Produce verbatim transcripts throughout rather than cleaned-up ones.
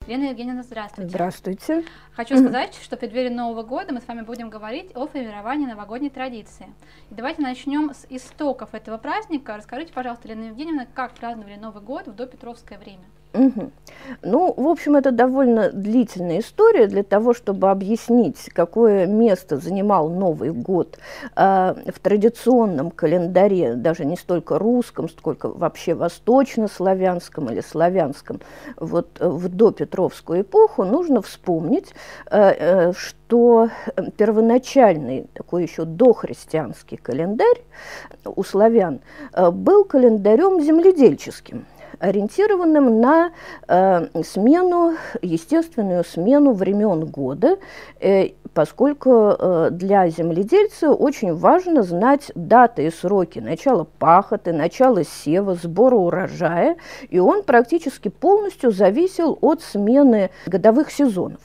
Елена Евгеньевна, здравствуйте. Здравствуйте. Хочу сказать, что в преддверии Нового года мы с вами будем говорить о формировании новогодней традиции. И давайте начнем с истоков этого праздника. Расскажите, пожалуйста, Елена Евгеньевна, как праздновали Новый год в допетровское время? Угу. Ну, в общем, это довольно длительная история для того, чтобы объяснить, какое место занимал Новый год э, в традиционном календаре, даже не столько русском, сколько вообще восточнославянском или славянском. Вот в допетровскую эпоху нужно вспомнить, э, э, что первоначальный такой еще дохристианский календарь у славян э, был календарем земледельческим, ориентированным на э, смену, естественную смену времен года, э, поскольку э, для земледельца очень важно знать даты и сроки начала пахоты, начала сева, сбора урожая, и он практически полностью зависел от смены годовых сезонов.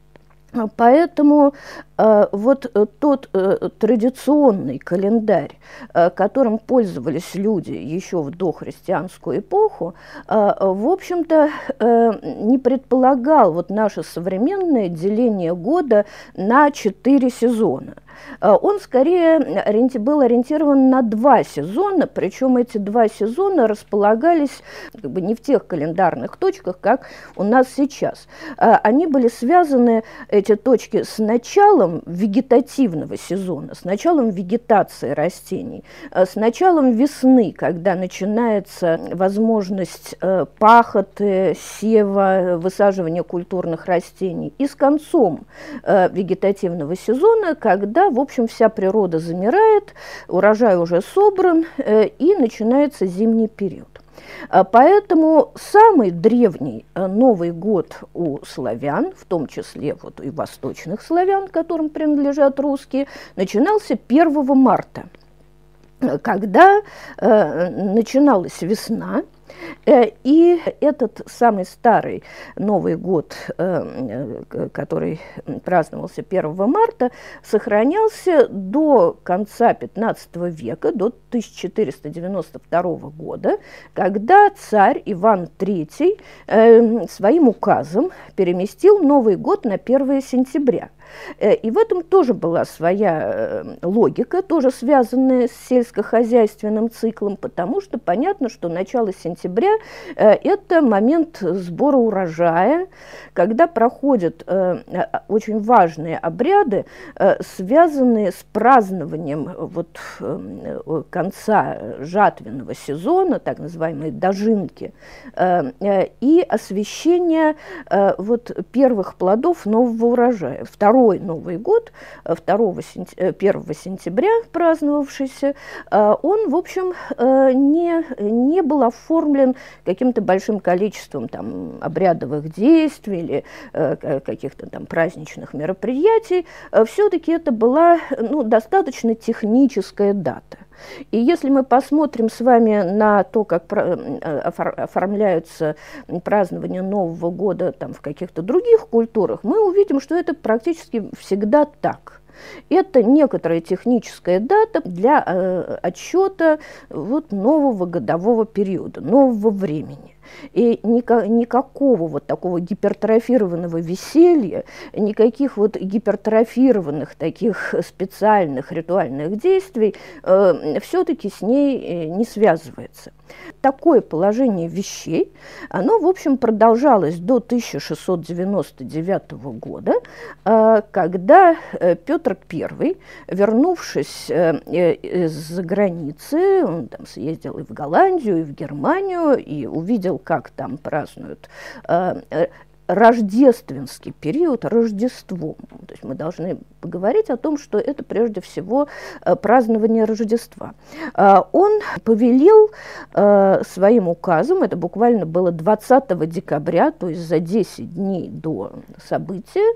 Поэтому э, вот э, тот э, традиционный календарь, э, которым пользовались люди еще в дохристианскую эпоху, э, в общем-то э, не предполагал вот наше современное деление года на четыре сезона. Он скорее был ориентирован на два сезона, причем эти два сезона располагались как бы не в тех календарных точках, как у нас сейчас. Они были связаны, эти точки, с началом вегетативного сезона, с началом вегетации растений, с началом весны, когда начинается возможность пахоты, сева, высаживания культурных растений, и с концом вегетативного сезона, когда в общем, вся природа замирает, урожай уже собран, э, и начинается зимний период. Поэтому самый древний Новый год у славян, в том числе вот и восточных славян, которым принадлежат русские, начинался первого марта, когда э, начиналась весна. И этот самый старый Новый год, который праздновался первого марта, сохранялся до конца пятнадцатого века, до тысяча четыреста девяносто второго года, когда царь Иван третий своим указом переместил Новый год на первое сентября. И в этом тоже была своя логика, тоже связанная с сельскохозяйственным циклом, потому что понятно, что начало сентября – это момент сбора урожая, когда проходят очень важные обряды, связанные с празднованием вот конца жатвенного сезона, так называемые дожинки, и освещения вот первых плодов нового урожая. Второй Новый год, первого сентября праздновавшийся, он, в общем, не, не был оформлен каким-то большим количеством там обрядовых действий или каких-то там праздничных мероприятий. Все-таки это была, ну, достаточно техническая дата. И если мы посмотрим с вами на то, как оформляются празднования Нового года там, в каких-то других культурах, мы увидим, что это практически всегда так. Это некоторая техническая дата для э, отсчета вот, нового годового периода, нового времени. И ника- никакого вот такого гипертрофированного веселья, никаких вот гипертрофированных таких специальных ритуальных действий э, все-таки с ней э, не связывается. Такое положение вещей, оно, в общем, продолжалось до тысяча шестьсот девяносто девятого года, э, когда э, Петр Первый, вернувшись э, э, из-за границы, он там съездил и в Голландию, и в Германию, и увидел, как там празднуют э, рождественский период, Рождество. То есть мы должны поговорить о том, что это прежде всего празднование Рождества. Он повелел своим указом, это буквально было двадцатого декабря, то есть за десять дней до события,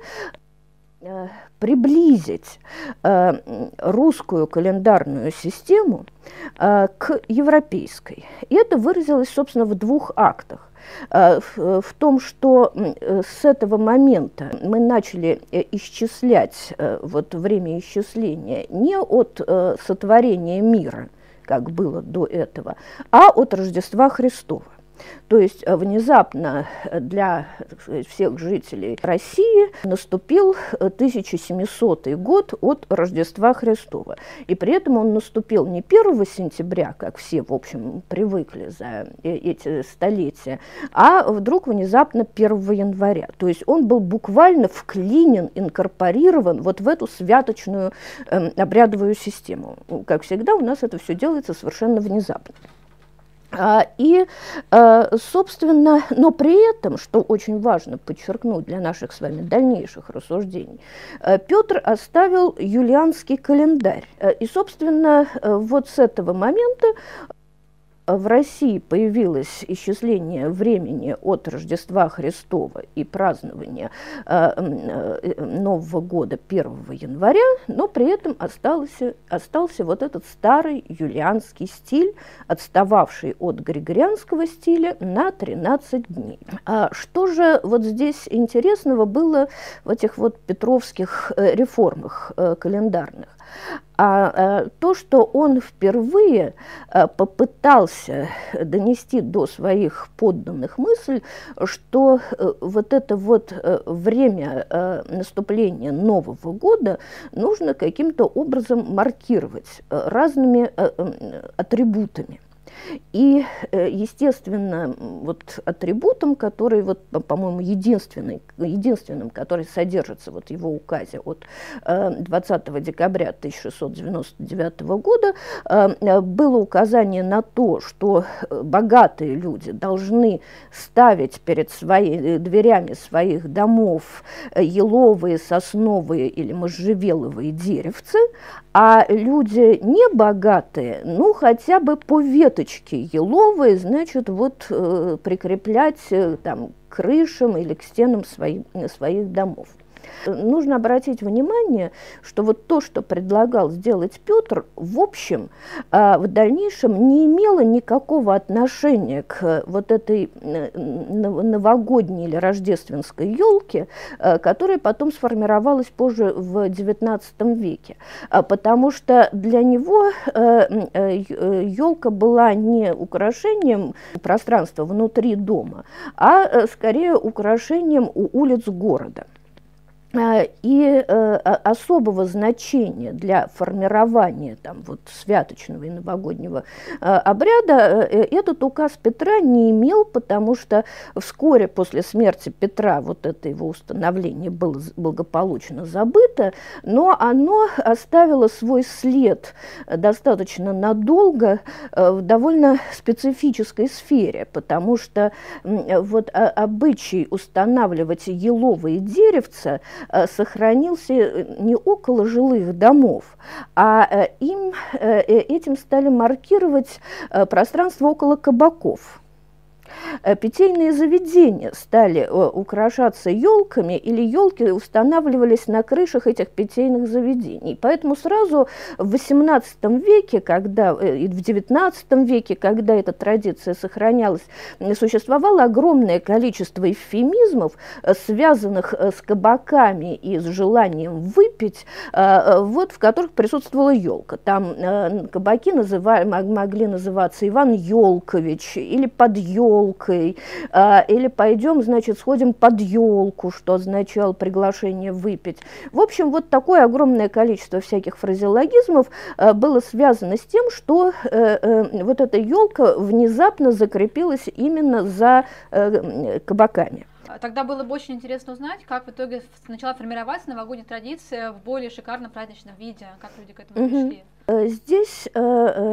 приблизить русскую календарную систему к европейской. И это выразилось, собственно, в двух актах. В, в том, что с этого момента мы начали исчислять вот время исчисления не от сотворения мира, как было до этого, а от Рождества Христова. То есть внезапно для всех жителей России наступил тысяча семисотый год от Рождества Христова. И при этом он наступил не первого сентября, как все, в общем, привыкли за эти столетия, а вдруг внезапно первого января. То есть он был буквально вклинен, инкорпорирован вот в эту святочную э, обрядовую систему. Как всегда, у нас это все делается совершенно внезапно. И, собственно, но при этом, что очень важно подчеркнуть для наших с вами дальнейших рассуждений, Петр оставил юлианский календарь. И, собственно, вот с этого момента в России появилось исчисление времени от Рождества Христова и празднования э, Нового года первого января, но при этом остался, остался вот этот старый юлианский стиль, отстававший от григорианского стиля на тринадцать дней. А что же вот здесь интересного было в этих вот петровских э, реформах э, календарных? А, а то, что он впервые а, попытался донести до своих подданных мысль, что а, вот это вот а, время а, наступления Нового года нужно каким-то образом маркировать а, разными а, а, атрибутами. И, естественно, вот атрибутом, который, вот, по-моему, единственный, единственным, который содержится вот в его указе от двадцатого декабря тысяча шестьсот девяносто девятого года, было указание на то, что богатые люди должны ставить перед своими дверями своих домов еловые, сосновые или можжевеловые деревцы, а люди небогатые, ну, хотя бы по веточке еловые, значит, вот э, прикреплять э, там, к крышам или к стенам свои, своих домов. Нужно обратить внимание, что вот то, что предлагал сделать Петр, в общем, в дальнейшем не имело никакого отношения к вот этой новогодней или рождественской елке, которая потом сформировалась позже в девятнадцатом веке. Потому что для него елка была не украшением пространства внутри дома, а скорее украшением у улиц города. И э, особого значения для формирования там, вот, святочного и новогоднего э, обряда э, этот указ Петра не имел, потому что вскоре после смерти Петра вот это его установление было благополучно забыто, но оно оставило свой след достаточно надолго э, в довольно специфической сфере, потому что э, вот, а, обычай устанавливать еловые деревца сохранился не около жилых домов, а им, этим стали маркировать пространство около кабаков. Питейные заведения стали украшаться елками, или елки устанавливались на крышах этих питейных заведений. Поэтому сразу в восемнадцатом веке, когда, и в девятнадцатом веке, когда эта традиция сохранялась, существовало огромное количество эвфемизмов, связанных с кабаками и с желанием выпить, вот, в которых присутствовала елка. Там кабаки называли, могли называться Иван Елкович или под елкой, или пойдем, значит, сходим под елку, что означало приглашение выпить. В общем, вот такое огромное количество всяких фразеологизмов было связано с тем, что вот эта елка внезапно закрепилась именно за кабаками. Тогда было бы очень интересно узнать, как в итоге начала формироваться новогодняя традиция в более шикарном праздничном виде, как люди к этому пришли. Здесь э,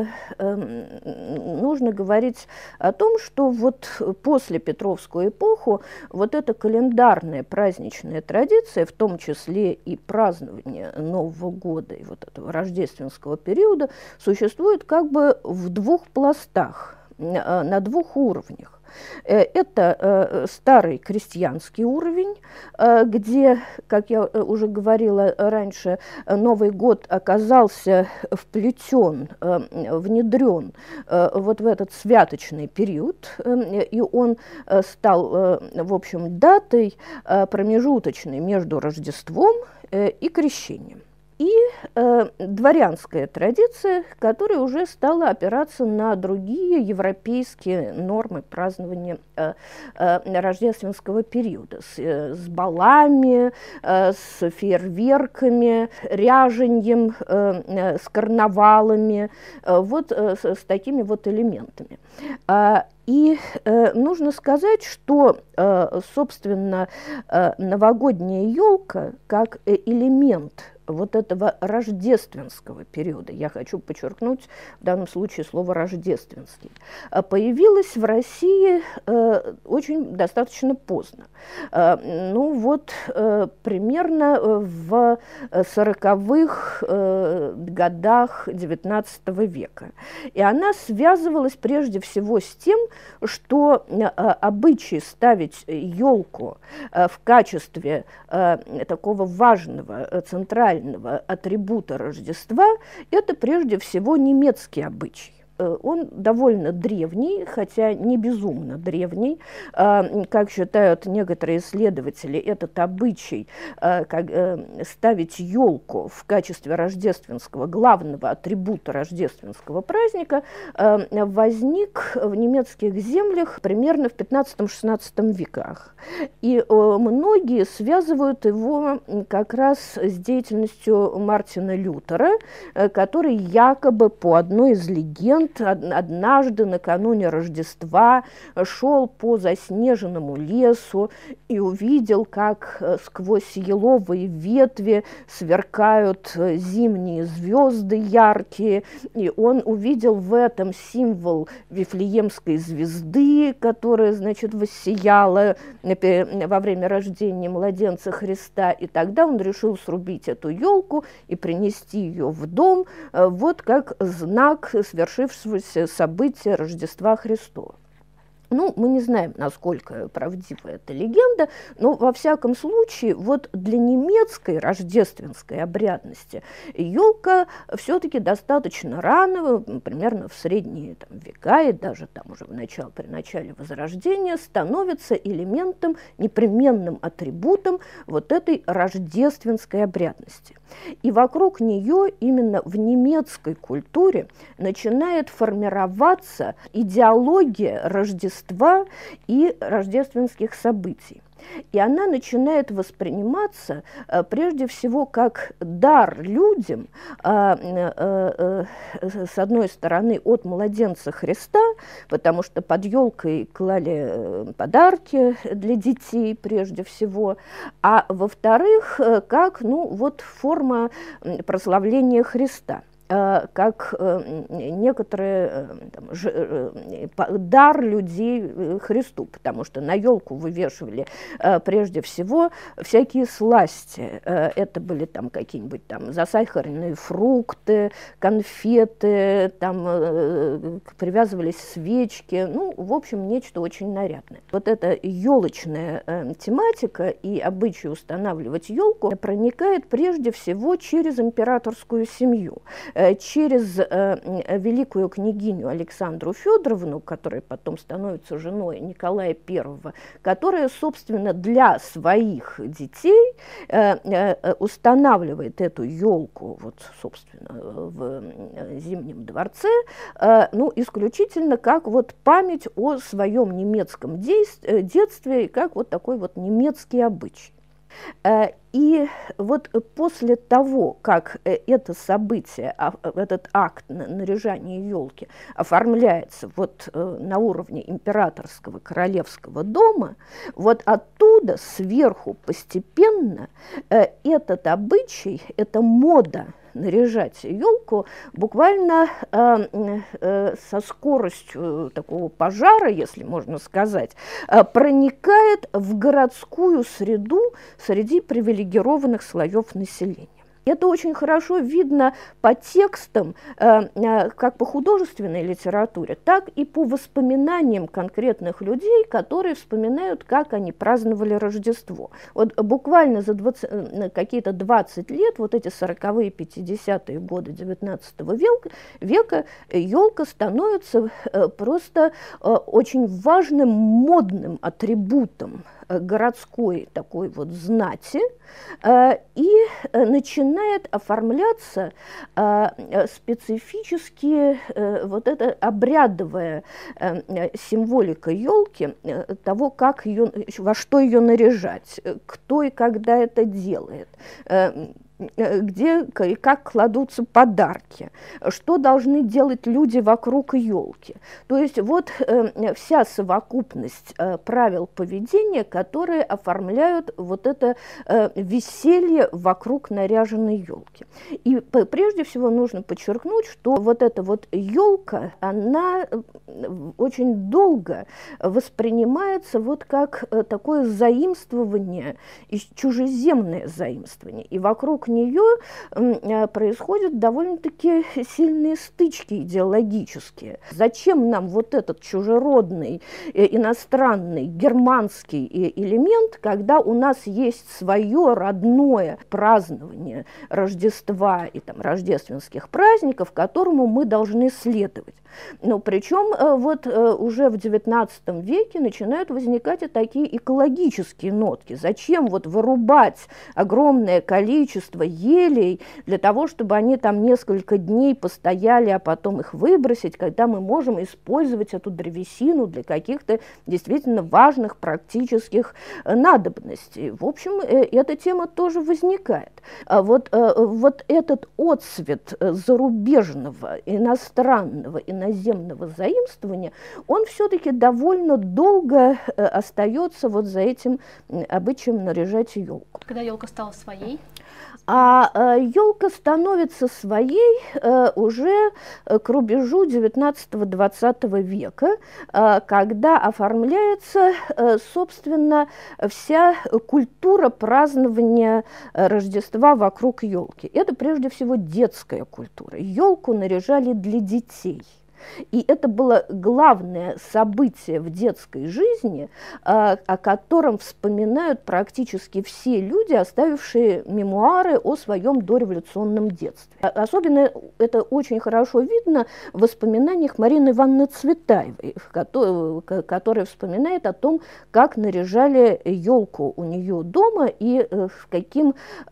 э, нужно говорить о том, что вот после Петровскую эпоху вот эта календарная праздничная традиция, в том числе и празднование Нового года и вот этого рождественского периода, существует как бы в двух пластах, на двух уровнях. Это старый крестьянский уровень, где, как я уже говорила раньше, Новый год оказался вплетен, внедрен вот в этот святочный период, и он стал, в общем, датой промежуточной между Рождеством и Крещением. и э, дворянская традиция, которая уже стала опираться на другие европейские нормы празднования э, э, рождественского периода с, э, с балами, э, с фейерверками, ряженьем, э, э, с карнавалами, э, вот э, с, с такими вот элементами. А, И э, нужно сказать, что, э, собственно, э, новогодняя елка как элемент вот этого рождественского периода, я хочу подчеркнуть в данном случае слово «рождественский», появилась в России э, очень достаточно поздно. Э, ну вот э, примерно в сороковых э, годах девятнадцатого века. И она связывалась прежде всего с тем, что э, обычай ставить елку э, в качестве э, такого важного э, центрального атрибута Рождества – это прежде всего немецкий обычай. Он довольно древний, хотя не безумно древний. Как считают некоторые исследователи, этот обычай ставить елку в качестве рождественского, главного атрибута рождественского праздника возник в немецких землях примерно в пятнадцатом-шестнадцатом веках. И многие связывают его как раз с деятельностью Мартина Лютера, который якобы по одной из легенд однажды накануне Рождества шел по заснеженному лесу и увидел, как сквозь еловые ветви сверкают зимние звезды яркие, и он увидел в этом символ Вифлеемской звезды, которая, значит, воссияла во время рождения младенца Христа, и тогда он решил срубить эту елку и принести ее в дом, вот как знак свершившегося события Рождества Христова. Ну, мы не знаем, насколько правдива эта легенда, но, во всяком случае, вот для немецкой рождественской обрядности елка все-таки достаточно рано, примерно в средние там, века и даже там уже в начало, при начале Возрождения, становится элементом, непременным атрибутом вот этой рождественской обрядности. И вокруг нее именно в немецкой культуре начинает формироваться идеология Рождества и рождественских событий. И она начинает восприниматься э, прежде всего как дар людям, э, э, э, с одной стороны, от младенца Христа, потому что под елкой клали подарки для детей прежде всего, а во-вторых, э, как ну, вот форма прославления Христа. Как некоторый там, ж, дар людей Христу, потому что на елку вывешивали прежде всего всякие сласти. Это были там какие-нибудь там засахаренные фрукты, конфеты, там привязывались свечки, ну, в общем, нечто очень нарядное. Вот эта елочная тематика и обычай устанавливать елку проникает прежде всего через императорскую семью, через э, великую княгиню Александру Федоровну, которая потом становится женой Николая Первого, которая, собственно, для своих детей э, э, устанавливает эту елку, вот, собственно, в Зимнем дворце, э, ну, исключительно как вот память о своем немецком детстве, как вот такой вот немецкий обычай. И вот после того, как это событие, этот акт наряжания елки оформляется вот на уровне императорского королевского дома, вот оттуда сверху постепенно этот обычай, эта мода наряжать елку буквально э, э, со скоростью такого пожара, если можно сказать, э, проникает в городскую среду среди привилегированных слоев населения. Это очень хорошо видно по текстам, как по художественной литературе, так и по воспоминаниям конкретных людей, которые вспоминают, как они праздновали Рождество. Вот буквально за какие-то двадцать лет, вот эти сороковые, пятидесятые годы девятнадцатого века, елка становится просто очень важным модным атрибутом городской такой вот знати, и начинает оформляться специфически вот эта обрядовая символика елки, того, как ее, во что ее наряжать, кто и когда это делает, где и как кладутся подарки, что должны делать люди вокруг елки. То есть вот э, вся совокупность э, правил поведения, которые оформляют вот это э, веселье вокруг наряженной елки. И прежде всего нужно подчеркнуть, что вот эта вот елка, она очень долго воспринимается вот как такое заимствование, чужеземное заимствование, и вокруг нее происходят довольно-таки сильные стычки идеологические. Зачем нам вот этот чужеродный, иностранный, германский элемент, когда у нас есть свое родное празднование Рождества и там, рождественских праздников, которому мы должны следовать? Но причем вот уже в девятнадцатом веке начинают возникать и такие экологические нотки. Зачем вот вырубать огромное количество елей для того, чтобы они там несколько дней постояли, а потом их выбросить, когда мы можем использовать эту древесину для каких-то действительно важных практических надобностей. В общем, эта тема тоже возникает. Вот, вот этот отцвет зарубежного, иностранного, иноземного заимствования, он все-таки довольно долго остается вот за этим обычаем наряжать елку. Когда елка стала своей? А елка становится своей э, уже к рубежу девятнадцатого-двадцатого века, э, когда оформляется, э, собственно, вся культура празднования Рождества вокруг елки. Это прежде всего детская культура. Елку наряжали для детей. И это было главное событие в детской жизни, о котором вспоминают практически все люди, оставившие мемуары о своем дореволюционном детстве. Особенно это очень хорошо видно в воспоминаниях Марины Ивановны Цветаевой, которая вспоминает о том, как наряжали елку у нее дома и с каким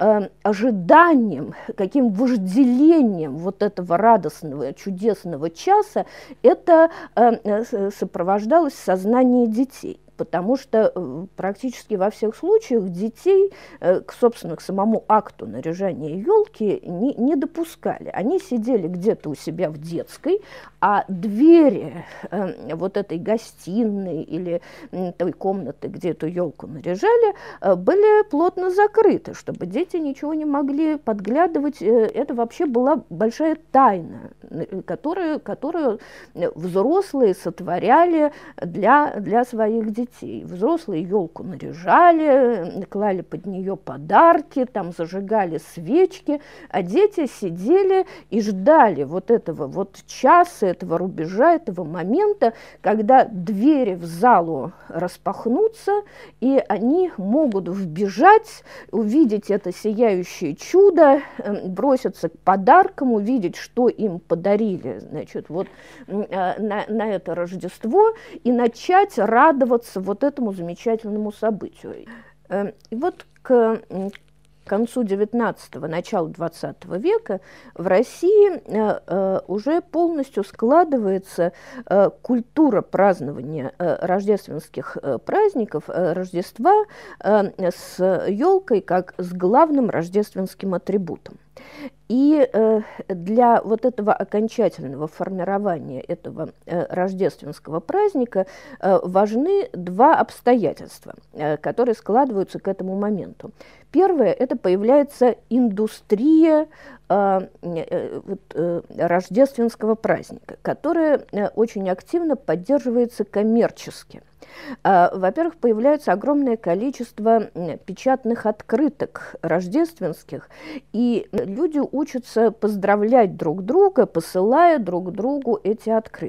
ожиданием, каким вожделением вот этого радостного, чудесного часа это э, сопровождалось в сознании детей. Потому что практически во всех случаях детей, к, собственно, к самому акту наряжания елки не, не допускали. Они сидели где-то у себя в детской, а двери э, вот этой гостиной или э, той комнаты, где эту елку наряжали, э, были плотно закрыты, чтобы дети ничего не могли подглядывать. Это вообще была большая тайна, которую, которую взрослые сотворяли для, для своих детей. Взрослые елку наряжали, клали под нее подарки, там зажигали свечки, а дети сидели и ждали вот этого вот часа, этого рубежа, этого момента, когда двери в залу распахнутся, и они могут вбежать, увидеть это сияющее чудо, броситься к подаркам, увидеть, что им подарили, значит, вот на, на это Рождество, и начать радоваться вот этому замечательному событию. И вот к концу девятнадцатого, началу двадцатого века в России уже полностью складывается культура празднования рождественских праздников, Рождества с елкой как с главным рождественским атрибутом. И э, для вот этого окончательного формирования этого э, рождественского праздника э, важны два обстоятельства, э, которые складываются к этому моменту. Первое – это появляется индустрия э, э, вот, э, рождественского праздника, которая э, очень активно поддерживается коммерчески. Во-первых, появляется огромное количество печатных открыток рождественских, и люди учатся поздравлять друг друга, посылая друг другу эти открытки.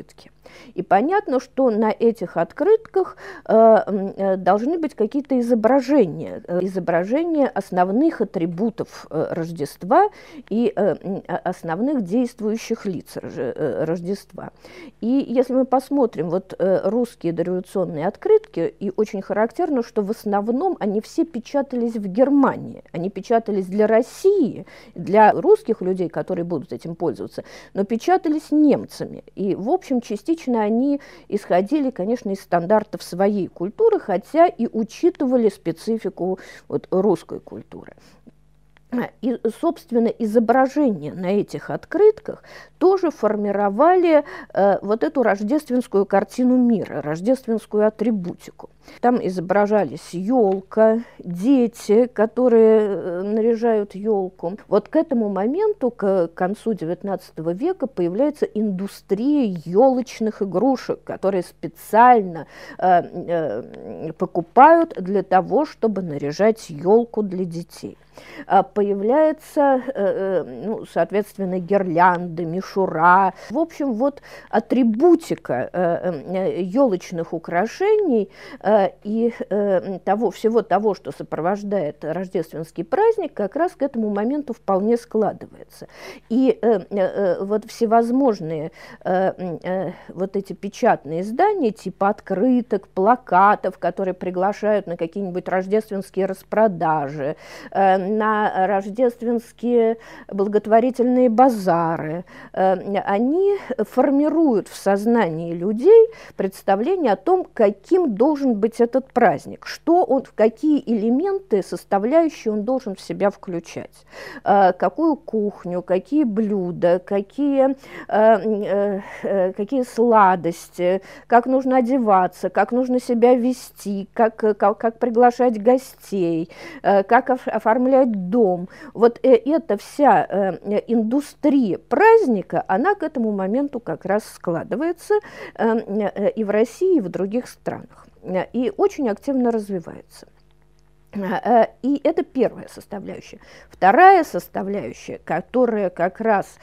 И понятно, что на этих открытках э, должны быть какие-то изображения, изображения основных атрибутов Рождества и э, основных действующих лиц Рождества. И если мы посмотрим вот э, русские дореволюционные открытки, и очень характерно, что в основном они все печатались в Германии, они печатались для России, для русских людей, которые будут этим пользоваться, но печатались немцами. И, в общем, частично они исходили, конечно, из стандартов своей культуры, хотя и учитывали специфику вот, русской культуры. И, собственно, изображения на этих открытках тоже формировали э, вот эту рождественскую картину мира, рождественскую атрибутику. Там изображались елка, дети, которые э, наряжают елку. Вот к этому моменту, к концу девятнадцатого века, появляется индустрия елочных игрушек, которые специально э, э, покупают для того, чтобы наряжать елку для детей. Появляется, ну, соответственно, гирлянды, мишура. В общем, вот атрибутика елочных украшений и того, всего того, что сопровождает рождественский праздник, как раз к этому моменту вполне складывается. И вот всевозможные вот эти печатные издания, типа открыток, плакатов, которые приглашают на какие-нибудь рождественские распродажи, на рождественские благотворительные базары, они формируют в сознании людей представление о том, каким должен быть этот праздник, что он, какие элементы, составляющие он должен в себя включать, какую кухню, какие блюда, какие, какие сладости, как нужно одеваться, как нужно себя вести, как, как, как приглашать гостей, как оформлять дом. Вот эта вся э, индустрия праздника, она к этому моменту как раз складывается э, э, и в России, и в других странах, э, и очень активно развивается. И это первая составляющая. Вторая составляющая, которая как раз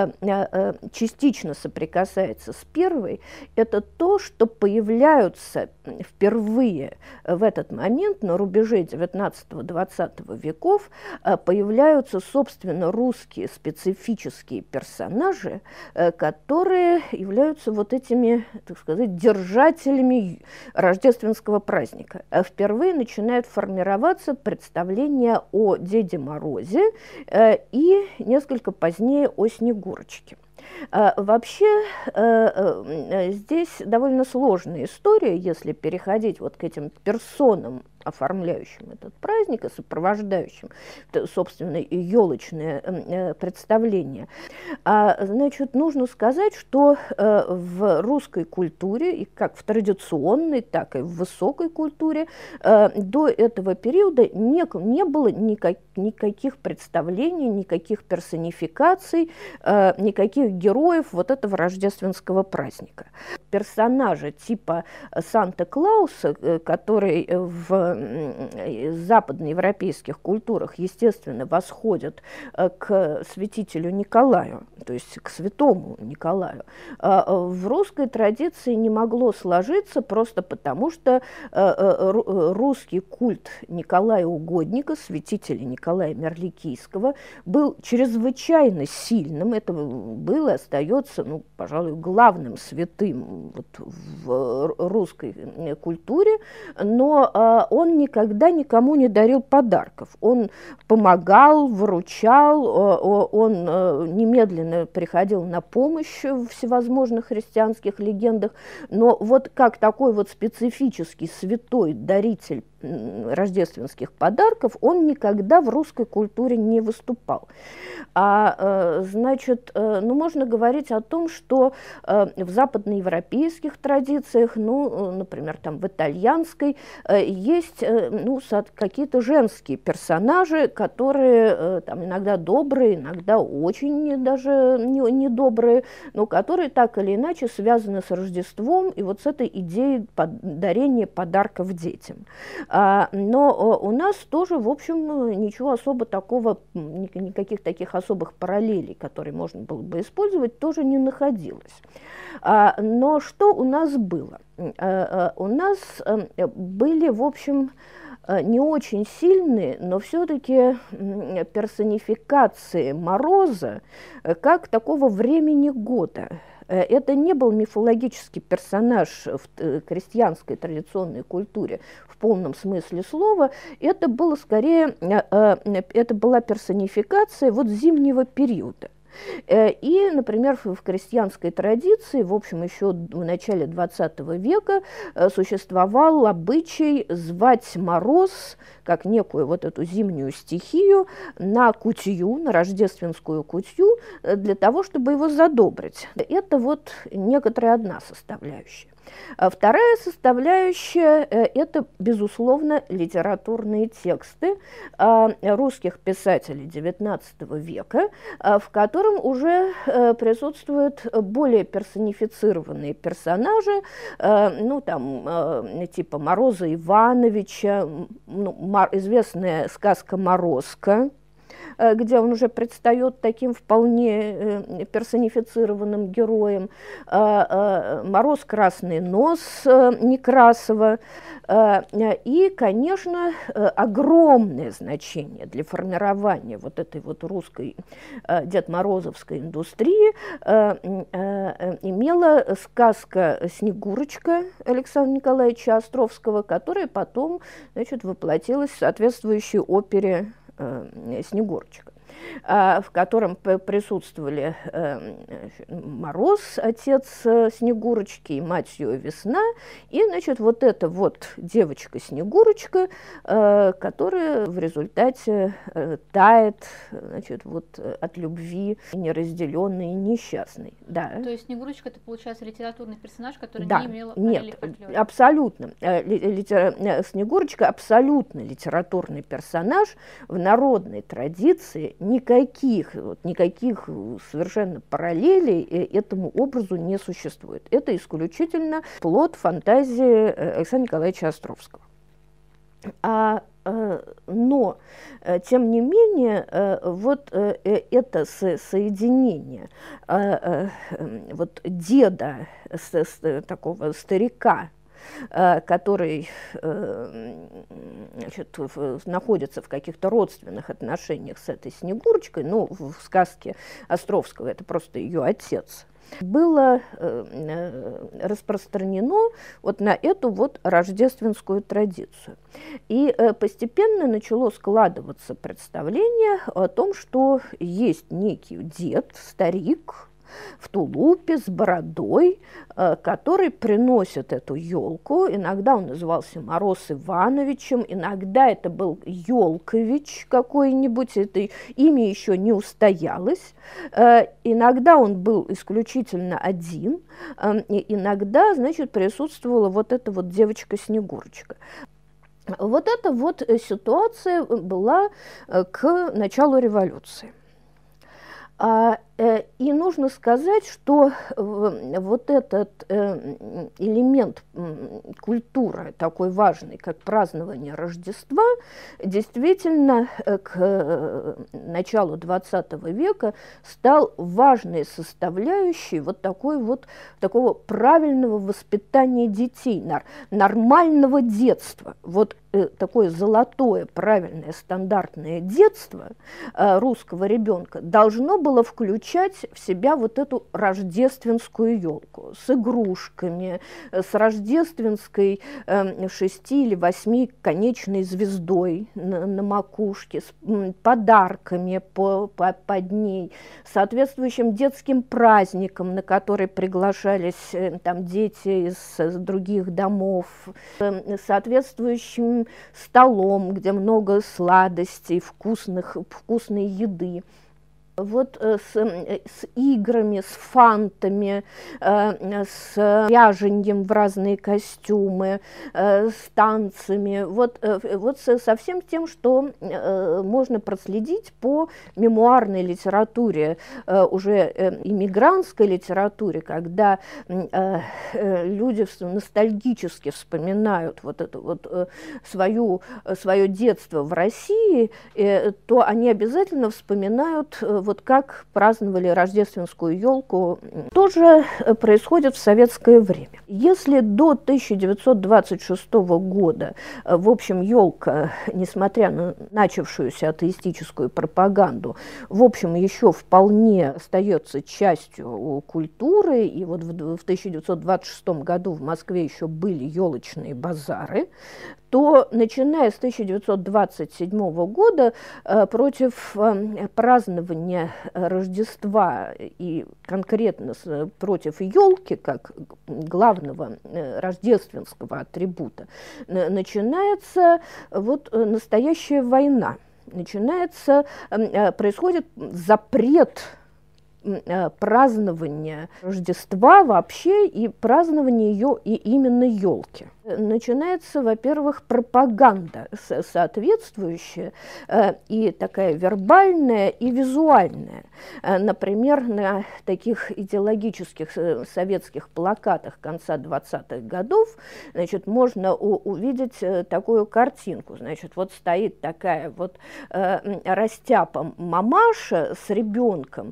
частично соприкасается с первой, это то, что появляются впервые в этот момент на рубеже девятнадцатого-двадцатого веков, появляются, собственно, русские специфические персонажи, которые являются вот этими, так сказать, держателями рождественского праздника. Впервые начинают формировать представление о Деде Морозе э, и несколько позднее о Снегурочке. Э, вообще э, э, здесь довольно сложная история, если переходить вот к этим персонам, оформляющим этот праздник и сопровождающим, собственно, елочное представление. А, значит, нужно сказать, что э, в русской культуре, и как в традиционной, так и в высокой культуре, э, до этого периода не, не было никак, никаких представлений, никаких персонификаций, э, никаких героев вот этого рождественского праздника. Персонажи типа Санта-Клауса, который в западноевропейских культурах, естественно, восходят к святителю Николаю, то есть к святому Николаю, в русской традиции не могло сложиться просто потому, что русский культ Николая Угодника, святителя Николая Мерликийского, был чрезвычайно сильным. Это было, остается, ну, пожалуй, главным святым вот в русской культуре, но он никогда никому не дарил подарков. Он помогал, выручал, он немедленно приходил на помощь в всевозможных христианских легендах, но вот как такой вот специфический святой даритель рождественских подарков, он никогда в русской культуре не выступал. А, значит, ну, можно говорить о том, что в западноевропейских традициях, ну, например, там в итальянской, есть есть ну, какие-то женские персонажи, которые там, иногда добрые, иногда очень даже недобрые, но которые так или иначе связаны с Рождеством и вот с этой идеей дарения подарков детям. Но у нас тоже, в общем, ничего особо такого, никаких таких особых параллелей, которые можно было бы использовать, тоже не находилось. Но что у нас было? У нас были, в общем, не очень сильные, но все-таки персонификации Мороза как такого времени года. Это не был мифологический персонаж в крестьянской традиционной культуре в полном смысле слова, это было скорее, это была персонификация вот зимнего периода. И, например, в крестьянской традиции, в общем, еще в начале двадцатого века существовал обычай звать мороз, как некую вот эту зимнюю стихию, на кутью, на рождественскую кутью, для того, чтобы его задобрить. Это вот некоторая одна составляющая. Вторая составляющая – это, безусловно, литературные тексты русских писателей девятнадцатого века, в котором уже присутствуют более персонифицированные персонажи, ну, там, типа Мороза Ивановича, ну, известная сказка «Морозко», где он уже предстает таким вполне персонифицированным героем, «Мороз красный нос» Некрасова. И, конечно, огромное значение для формирования вот этой вот русской дедморозовской индустрии имела сказка «Снегурочка» Александра Николаевича Островского, которая потом, значит, воплотилась в соответствующей опере «Снегурочка», в котором присутствовали Мороз, отец Снегурочки, и мать ее Весна, и, значит, вот эта вот девочка-Снегурочка, которая в результате тает, значит, вот от любви неразделенной и несчастной. Да. То есть Снегурочка – это, получается, литературный персонаж, который да. не имел Нет, фольклора. Абсолютно. Литера... Снегурочка – абсолютно литературный персонаж. В народной традиции никаких, вот, никаких совершенно параллелей этому образу не существует. Это исключительно плод фантазии Александра Николаевича Островского. А, но, тем не менее, вот это соединение вот деда, такого старика, который, значит, находится в каких-то родственных отношениях с этой Снегурочкой, ну, в сказке Островского это просто ее отец, было распространено вот на эту вот рождественскую традицию. И постепенно начало складываться представление о том, что есть некий дед, старик, в тулупе с бородой, который приносит эту елку. Иногда он назывался Мороз Ивановичем, иногда это был Елкович какой-нибудь, это имя еще не устоялось. Иногда он был исключительно один, и иногда, значит, присутствовала вот эта вот девочка-Снегурочка. Вот эта вот ситуация была к началу революции. И нужно сказать, что вот этот элемент культуры, такой важный, как празднование Рождества, действительно к началу двадцатого века стал важной составляющей вот такой вот, такого правильного воспитания детей, нормального детства. Вот такое золотое, правильное, стандартное детство русского ребенка должно было включать в себя вот эту рождественскую елку с игрушками, с рождественской э, шести или восьми конечной звездой на, на макушке, с м, подарками по, по, под ней, соответствующим детским праздником, на который приглашались э, там дети из, из других домов, э, соответствующим столом, где много сладостей, вкусных, вкусной еды. Вот с, с играми, с фантами, с ряженьем в разные костюмы, с танцами, вот, вот со всем тем, что можно проследить по мемуарной литературе, уже иммигрантской литературе, когда люди ностальгически вспоминают вот это вот свою, свое детство в России, то они обязательно вспоминают, вот как праздновали рождественскую елку. Тоже происходит в советское время. Если до тысяча девятьсот двадцать шестого года, в общем, елка, несмотря на начавшуюся атеистическую пропаганду, в общем, еще вполне остается частью культуры, и вот в тысяча девятьсот двадцать шестом году в Москве еще были елочные базары, то, начиная с тысяча девятьсот двадцать седьмого года, против празднования Рождества и конкретно против елки, как главного рождественского атрибута, начинается вот настоящая война. Начинается, происходит запрет празднования Рождества вообще и празднования ее и именно елки. Начинается, во-первых, пропаганда соответствующая, и такая вербальная, и визуальная. Например, на таких идеологических советских плакатах конца двадцатых годов, значит, можно увидеть такую картинку. Значит, вот стоит такая вот растяпа мамаша с ребенком,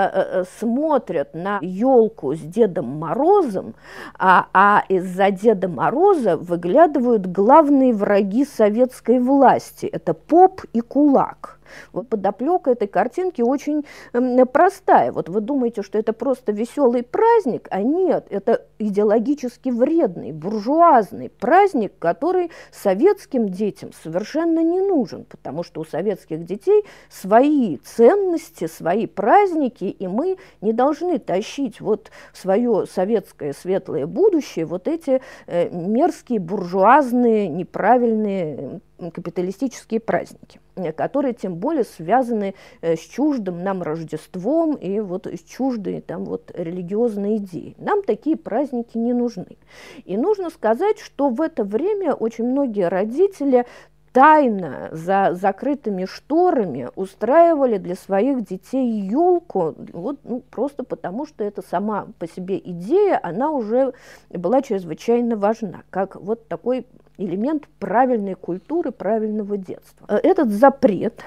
смотрят на елку с Дедом Морозом, а, а из-за Деда Мороза выглядывают главные враги советской власти. Это поп и кулак. Вот подоплека этой картинки очень э, простая. Вот вы думаете, что это просто веселый праздник, а нет, это идеологически вредный, буржуазный праздник, который советским детям совершенно не нужен, потому что у советских детей свои ценности, свои праздники, и мы не должны тащить вот в свое советское светлое будущее вот эти э, мерзкие, буржуазные, неправильные капиталистические праздники, которые тем более связаны с чуждым нам Рождеством и вот с чуждой там вот религиозной идеей. Нам такие праздники не нужны. И нужно сказать, что в это время очень многие родители тайно, за закрытыми шторами устраивали для своих детей елку, вот, ну, просто потому, что это сама по себе идея, она уже была чрезвычайно важна, как вот такой элемент правильной культуры, правильного детства. Этот запрет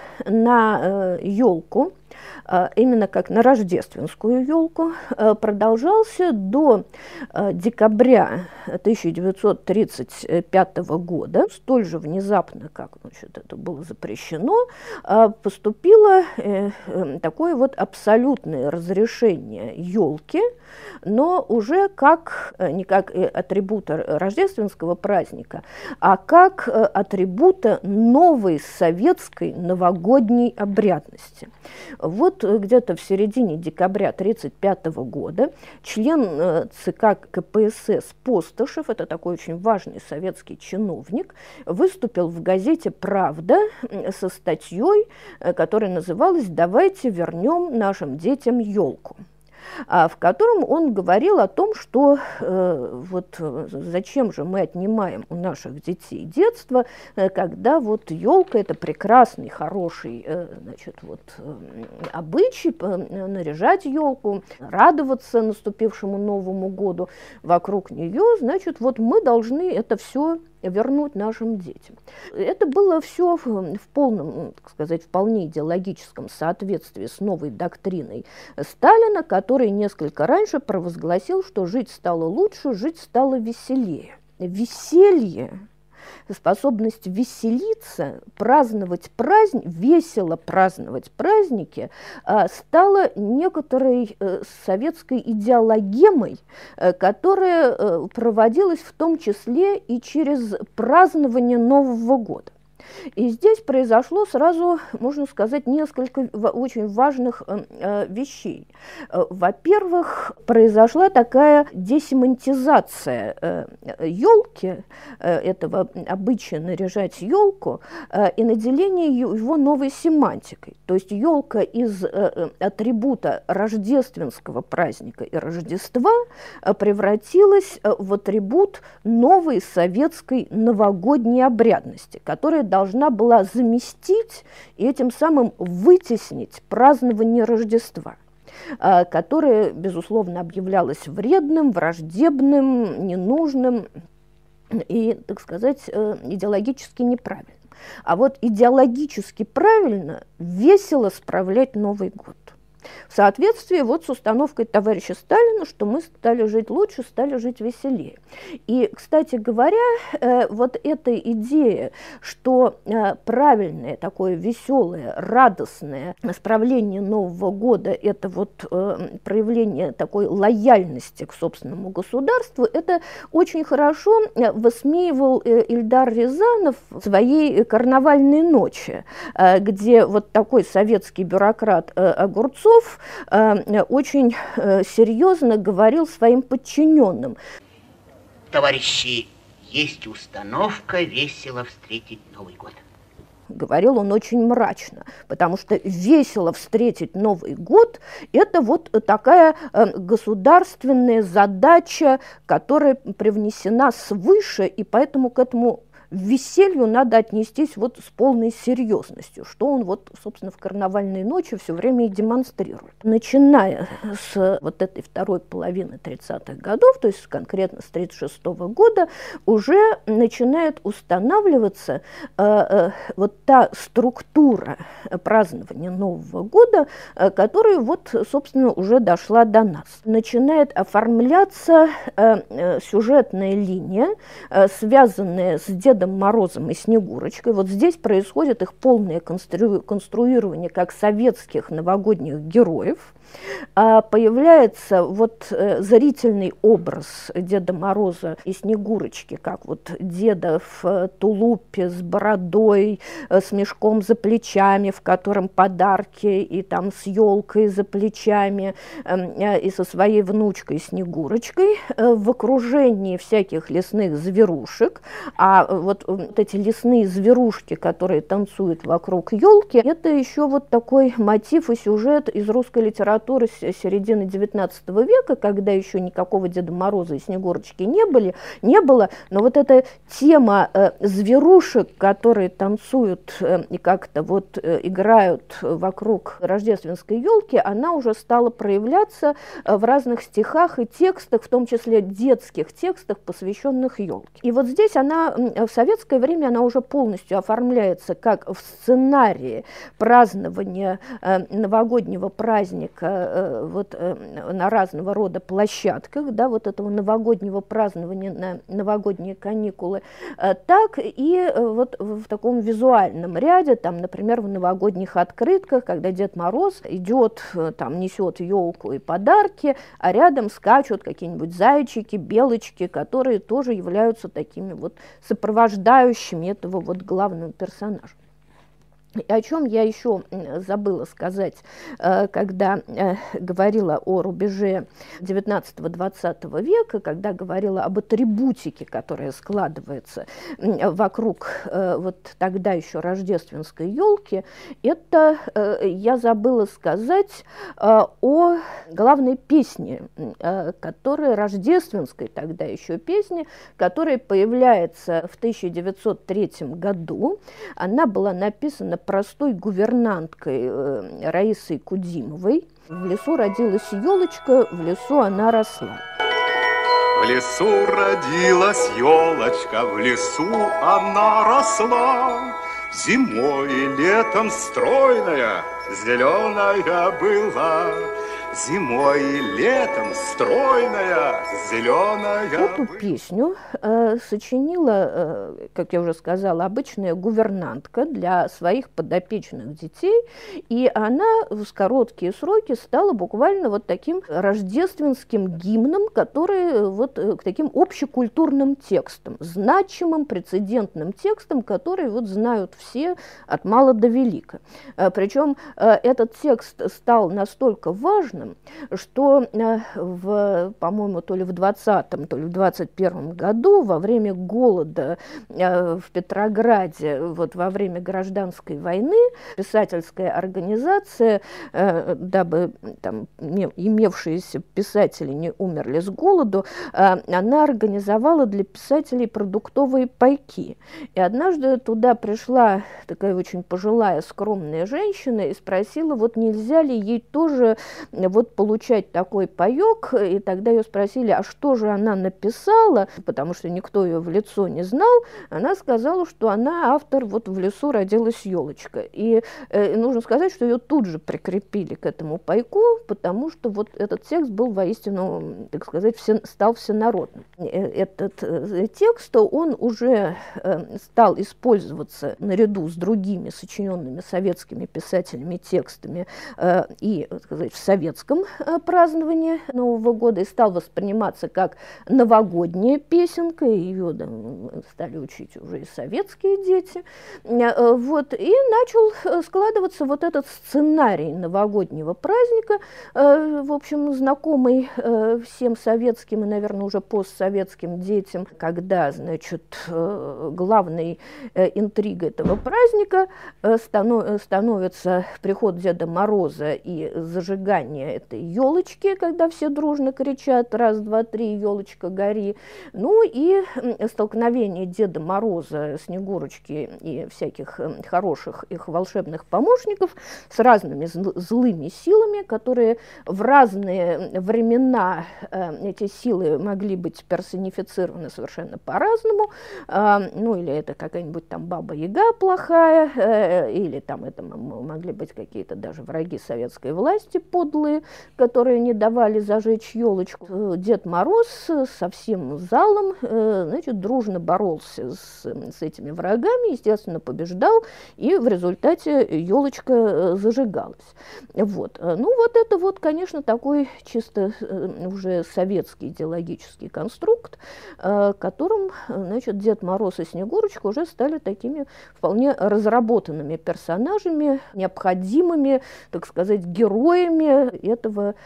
на елку, именно как на рождественскую елку, продолжался до декабря тысяча девятьсот тридцать пятого года. Столь же внезапно, как, значит, это было запрещено, поступило такое вот абсолютное разрешение елки, но уже как, не как атрибута рождественского праздника, а как атрибута новой советской новогодней обрядности. Вот где-то в середине декабря тысяча девятьсот тридцать пятого года член ЦК КПСС Постышев, это такой очень важный советский чиновник, выступил в газете «Правда» со статьей, которая называлась «Давайте вернем нашим детям елку», в котором он говорил о том, что э, вот зачем же мы отнимаем у наших детей детство, э, когда вот елка — это прекрасный, хороший, э, значит, вот, э, обычай, э, наряжать елку, радоваться наступившему Новому году вокруг нее, значит, вот мы должны это все вернуть нашим детям. Это было все в, в полном, так сказать, вполне идеологическом соответствии с новой доктриной Сталина, который несколько раньше провозгласил, что жить стало лучше, жить стало веселее. Веселье, способность веселиться, праздновать праздник, весело праздновать праздники, стала некоторой советской идеологемой, которая проводилась в том числе и через празднование Нового года. И здесь произошло сразу, можно сказать, несколько очень важных э, вещей. Во-первых, произошла такая десемантизация э, елки, э, этого обычая наряжать елку, э, и наделение его новой семантикой. То есть елка из э, атрибута рождественского праздника и Рождества э, превратилась в атрибут новой советской новогодней обрядности, которая должна была заместить и этим самым вытеснить празднование Рождества, которое, безусловно, объявлялось вредным, враждебным, ненужным и, так сказать, идеологически неправильным. А вот идеологически правильно весело справлять Новый год. В соответствии вот с установкой товарища Сталина, что мы стали жить лучше, стали жить веселее. И, кстати говоря, вот эта идея, что правильное, такое веселое, радостное справление Нового года – это вот проявление такой лояльности к собственному государству, это очень хорошо высмеивал Ильдар Рязанов в своей «Карнавальной ночи», где вот такой советский бюрократ Огурцов очень серьезно говорил своим подчиненным: товарищи, есть установка весело встретить Новый год. Говорил он очень мрачно, потому что весело встретить Новый год – это вот такая государственная задача, которая привнесена свыше, и поэтому к этому веселью надо отнестись вот с полной серьезностью, что он вот, собственно, в «Карнавальной ночи» все время и демонстрирует. Начиная с вот этой второй половины тридцатых годов, то есть конкретно с тридцать шестого года, уже начинает устанавливаться э, э, вот та структура празднования Нового года, э, которая вот, собственно, уже дошла до нас. Начинает оформляться э, э, сюжетная линия, э, связанная с Дедом Морозом и Снегурочкой. Вот здесь происходит их полное констру... конструирование как советских новогодних героев. А появляется вот э, зрительный образ Деда Мороза и Снегурочки, как вот деда в э, тулупе с бородой, э, с мешком за плечами, в котором подарки, и там с елкой за плечами, э, э, и со своей внучкой Снегурочкой, э, в окружении всяких лесных зверушек. А вот, вот эти лесные зверушки, которые танцуют вокруг елки, это еще вот такой мотив и сюжет из русской литературы середины девятнадцатого века, когда еще никакого Деда Мороза и Снегурочки не, были, не было, но вот эта тема э, зверушек, которые танцуют э, и как-то вот э, играют вокруг рождественской елки, она уже стала проявляться э, в разных стихах и текстах, в том числе детских текстах, посвященных елке. И вот здесь она в советское время она уже полностью оформляется как в сценарии празднования э, новогоднего праздника вот на разного рода площадках, да, вот этого новогоднего празднования на новогодние каникулы, так и вот в таком визуальном ряде, там, например, в новогодних открытках, когда Дед Мороз идет, там, несет елку и подарки, а рядом скачут какие-нибудь зайчики, белочки, которые тоже являются такими вот сопровождающими этого вот главного персонажа. И о чем я еще забыла сказать, когда говорила о рубеже девятнадцатого-двадцатого века, когда говорила об атрибутике, которая складывается вокруг вот тогда еще рождественской елки, это я забыла сказать о главной песне, которая рождественской тогда еще песни, которая появляется в тысяча девятьсот третьем году. Она была написана простой гувернанткой э, Раисой Кудимовой. В лесу родилась елочка, в лесу она росла. В лесу родилась елочка, в лесу она росла. Зимой и летом стройная, зеленая была. зимой и летом стройная, зеленая. Эту песню э, сочинила, э, как я уже сказала, обычная гувернантка для своих подопечных детей, и она в короткие сроки стала буквально вот таким рождественским гимном, который вот э, таким общекультурным текстом, значимым прецедентным текстом, который вот знают все от мала до велика. Э, причем э, этот текст стал настолько важным, что э, в, по-моему, то ли в двадцатом, то ли в двадцать первом году, во время голода э, в Петрограде, вот во время гражданской войны, писательская организация, э, дабы там не, имевшиеся писатели не умерли с голоду, э, она организовала для писателей продуктовые пайки. И однажды туда пришла такая очень пожилая, скромная женщина и спросила, вот нельзя ли ей тоже вот получать такой паёк, и тогда ее спросили, а что же она написала, потому что никто ее в лицо не знал. Она сказала, что она автор «Вот в лесу родилась елочка». И э, нужно сказать, что ее тут же прикрепили к этому пайку, потому что вот этот текст был воистину, так сказать, все, стал всенародным. Этот э, текст, он уже э, стал использоваться наряду с другими сочиненными советскими писателями текстами э, и, так сказать, в советском э, праздновании Нового года, и стал восприниматься как новогодняя песенка, ее да, стали учить уже и советские дети. Вот, и начал складываться вот этот сценарий новогоднего праздника, в общем, знакомый всем советским и, наверное, уже постсоветским детям, когда, значит, главной интригой этого праздника становится приход Деда Мороза и зажигание этой елочки, когда все дружно кричат «раз, два, три, елочка, гори». Ну и столкновение Деда Мороза, Снегурочки и всяких хороших их волшебных помощников с разными злыми силами, которые в разные времена эти силы могли быть персонифицированы совершенно по-разному. Ну или это какая-нибудь там Баба-Яга плохая, или там это могли быть какие-то даже враги советской власти подлые, которые не давали зажечь елочку. Дед Мороз со всем залом, значит, дружно боролся с, с этими врагами, естественно, побеждал, и в результате елочка зажигалась. Вот. Ну, вот это вот, конечно, такой чисто уже советский идеологический конструкт, которым, значит, Дед Мороз и Снегурочка уже стали такими вполне разработанными персонажами, необходимыми, так сказать, героями этого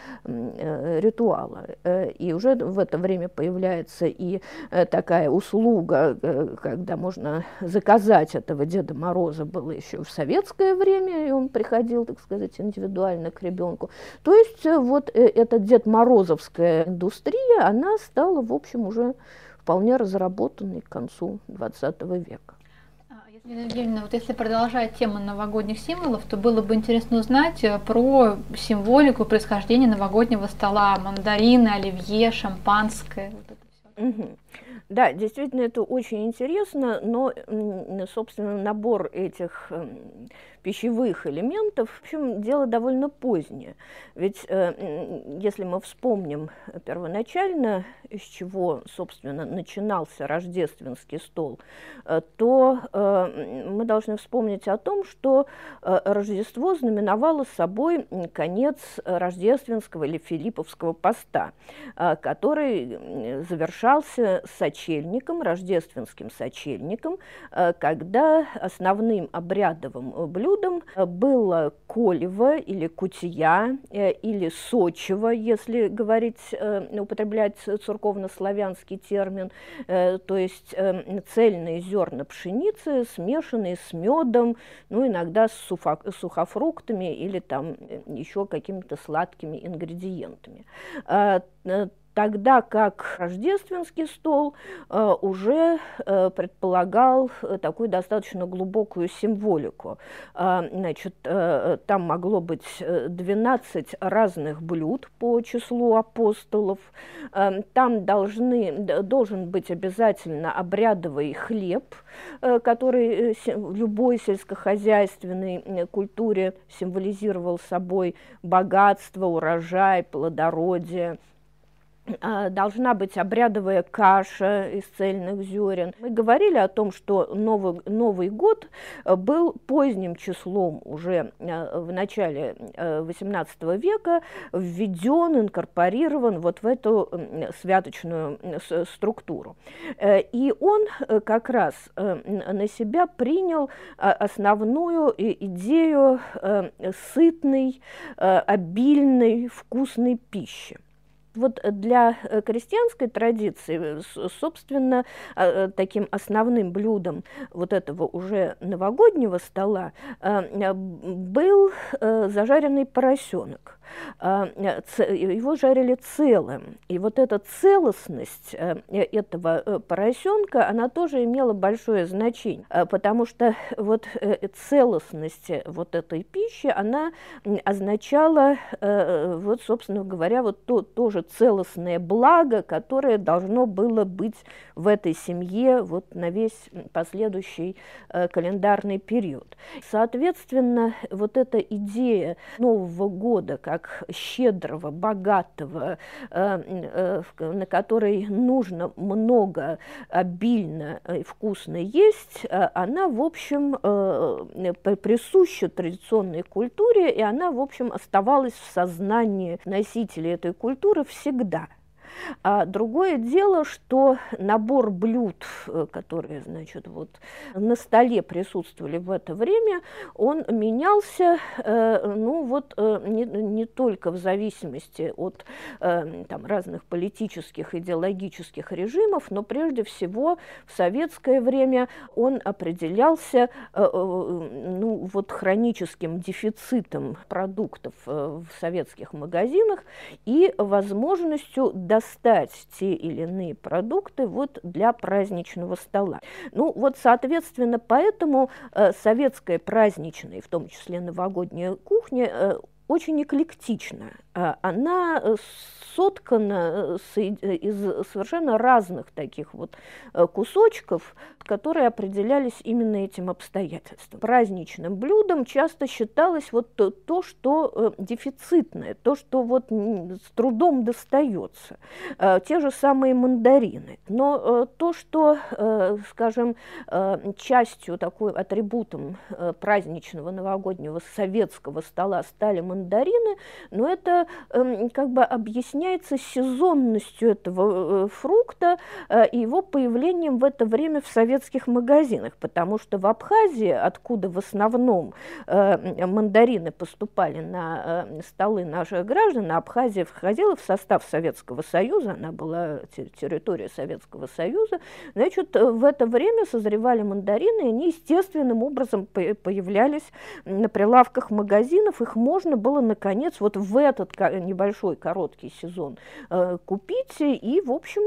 ритуала. И уже в это время появляется и такая услуга, когда можно заказать этого Деда Мороза, было еще в советское время, и он приходил, так сказать, индивидуально к ребенку. То есть вот эта Дед Морозовская индустрия, она стала, в общем, уже вполне разработанной к концу двадцатого века. Елена Евгеньевна, вот если продолжать тему новогодних символов, то было бы интересно узнать про символику происхождения новогоднего стола. Мандарины, оливье, шампанское. Вот это все. Угу. Да, действительно, это очень интересно, но, собственно, набор этих пищевых элементов, в общем, дело довольно позднее. Ведь если мы вспомним первоначально, из чего, собственно, начинался рождественский стол, то мы должны вспомнить о том, что Рождество знаменовало собой конец рождественского или филипповского поста, который завершался сочельником, рождественским сочельником, когда основным обрядовым блюдом было колево или кутия, или сочево, если говорить, употреблять церковно-славянский термин, то есть цельные зерна пшеницы, смешанные с медом, ну, иногда с сухофруктами или там еще какими-то сладкими ингредиентами. тогда как рождественский стол уже предполагал такую достаточно глубокую символику. Значит, там могло быть двенадцать разных блюд по числу апостолов, там должны, должен быть обязательно обрядовый хлеб, который в любой сельскохозяйственной культуре символизировал собой богатство, урожай, плодородие. Должна быть обрядовая каша из цельных зерен. Мы говорили о том, что Новый, Новый год был поздним числом уже в начале восемнадцатого века введен, инкорпорирован вот в эту святочную структуру. И он как раз на себя принял основную идею сытной, обильной, вкусной пищи. Вот для крестьянской традиции, собственно, таким основным блюдом вот этого уже новогоднего стола был зажаренный поросенок. Его жарили целым. И вот эта целостность этого поросенка, она тоже имела большое значение, потому что вот целостность вот этой пищи, она означала, вот, собственно говоря, вот то, тоже целостное благо, которое должно было быть в этой семье вот на весь последующий календарный период. Соответственно, вот эта идея Нового года как щедрого, богатого, на который нужно много, обильно и вкусно есть, она, в общем, присуща традиционной культуре, и она, в общем, оставалась в сознании носителей этой культуры всегда. А другое дело, что набор блюд, которые, значит, вот на столе присутствовали в это время, он менялся, ну вот не, не только в зависимости от там, разных политических, идеологических режимов, но прежде всего в советское время он определялся, ну вот хроническим дефицитом продуктов в советских магазинах и возможностью достать те или иные продукты вот для праздничного стола. Ну вот, соответственно, поэтому э, советская праздничная, в том числе новогодняя кухня, э, очень эклектична. Она соткана из совершенно разных таких вот кусочков, которые определялись именно этим обстоятельством. Праздничным блюдом часто считалось вот то, то, что дефицитное, то, что вот с трудом достается. Те же самые мандарины. Но то, что, скажем, частью, такой атрибутом праздничного новогоднего советского стола стали мандарины, но это как бы объясняется сезонностью этого фрукта и его появлением в это время в советских магазинах, потому что в Абхазии, откуда в основном мандарины поступали на столы наших граждан, Абхазия входила в состав Советского Союза, она была территорией Советского Союза, значит, в это время созревали мандарины, и они естественным образом появлялись на прилавках магазинов, их можно было, наконец, вот в этот небольшой короткий сезон э, купить, и, в общем,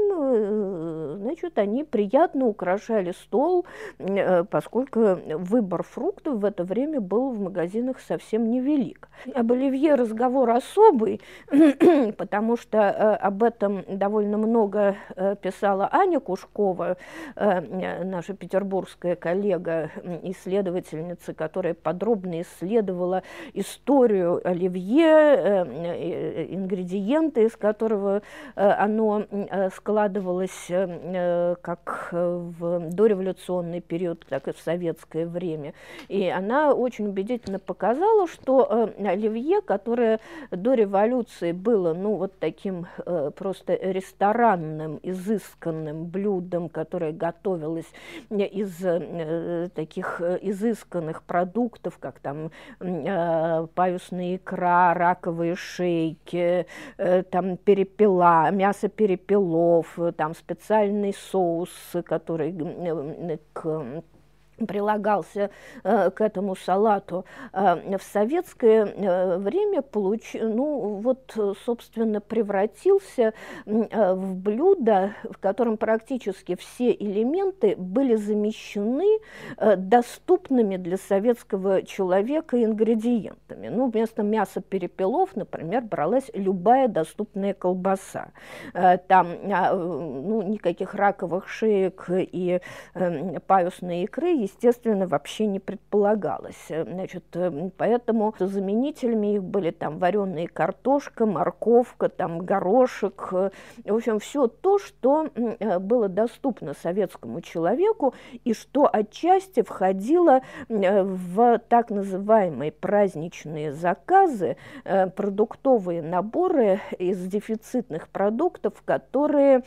э, значит, они приятно украшали стол, э, поскольку выбор фруктов в это время был в магазинах совсем невелик. Об оливье разговор особый, потому что э, об этом довольно много э, писала Аня Кушкова, э, наша петербургская коллега, исследовательница, которая подробно исследовала историю оливье, ингредиенты, из которого оно складывалось как в дореволюционный период, так и в советское время. И она очень убедительно показала, что оливье, которое до революции было, ну, вот таким просто ресторанным, изысканным блюдом, которое готовилось из таких изысканных продуктов, как там паюсная икра, раковые шейки, э, там перепела, мясо перепелов, там специальный соус, который э, к прилагался э, к этому салату, э, в советское э, время получ... ну, вот, собственно, превратился э, в блюдо, в котором практически все элементы были замещены э, доступными для советского человека ингредиентами. Ну, вместо мяса перепелов, например, бралась любая доступная колбаса. Э, там э, ну, никаких раковых шеек и э, паюсной икры, естественно, вообще не предполагалось. Значит, поэтому заменителями их были там вареная картошка, морковка, там горошек, в общем, все то, что было доступно советскому человеку и что отчасти входило в так называемые праздничные заказы, продуктовые наборы из дефицитных продуктов, которые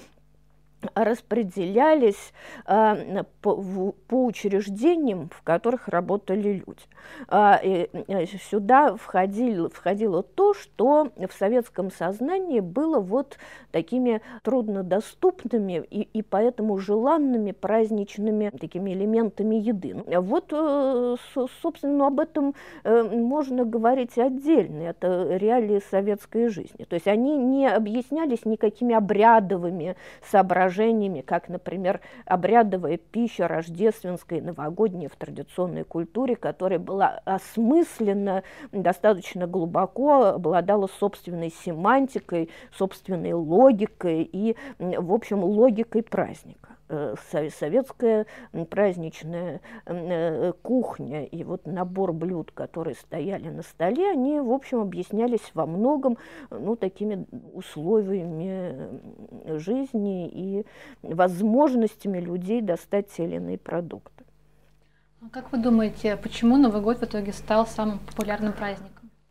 распределялись э, по, в, по учреждениям, в которых работали люди. А, и, и сюда входило, входило то, что в советском сознании было вот такими труднодоступными и, и поэтому желанными праздничными такими элементами еды. Вот, э, собственно, об этом э, можно говорить отдельно. Это реалии советской жизни. То есть они не объяснялись никакими обрядовыми соображениями, как, например, обрядовая пища рождественская, новогодняя в традиционной культуре, которая была осмыслена достаточно глубоко, обладала собственной семантикой, собственной логикой и, в общем, логикой праздника. Советская праздничная кухня и вот набор блюд, которые стояли на столе, они, в общем, объяснялись во многом, ну, такими условиями жизни и возможностями людей достать те или иные продукты. А как вы думаете, почему Новый год в итоге стал самым популярным праздником?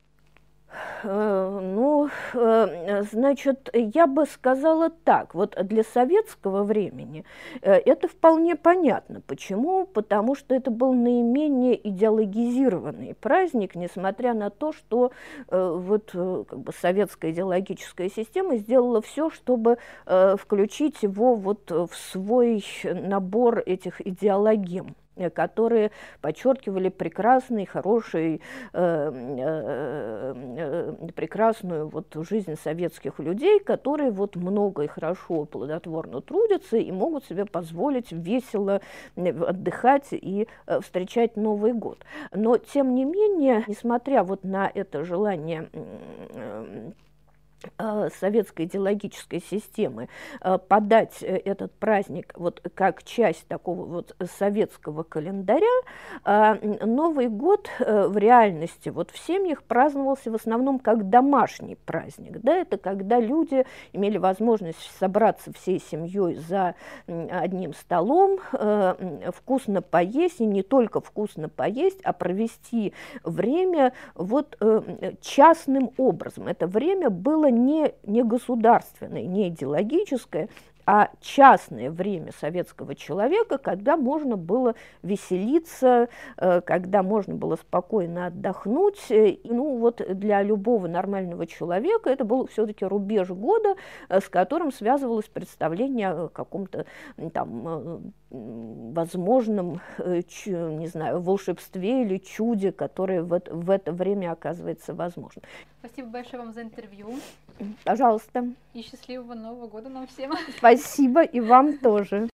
Ну, значит, я бы сказала так, вот для советского времени это вполне понятно. Почему? Потому что это был наименее идеологизированный праздник, несмотря на то, что вот как бы советская идеологическая система сделала все, чтобы включить его вот в свой набор этих идеологем, которые подчеркивали прекрасный, хороший, э, э, э, прекрасную вот жизнь советских людей, которые вот много и хорошо, плодотворно трудятся и могут себе позволить весело отдыхать и э, встречать Новый год. Но, тем не менее, несмотря вот на это желание э, советской идеологической системы подать этот праздник вот как часть такого вот советского календаря, Новый год в реальности вот в семьях праздновался в основном как домашний праздник. Да? Это когда люди имели возможность собраться всей семьей за одним столом, вкусно поесть, и не только вкусно поесть, а провести время вот частным образом. Это время было не, не государственное, не идеологическое, а частное время советского человека, когда можно было веселиться, когда можно было спокойно отдохнуть. Ну вот для любого нормального человека это был все-таки рубеж года, с которым связывалось представление о каком-то там возможном, не знаю, волшебстве или чуде, которое в это, в это время оказывается возможным. Спасибо большое вам за интервью. Пожалуйста. И счастливого Нового года нам всем. Спасибо, и вам тоже.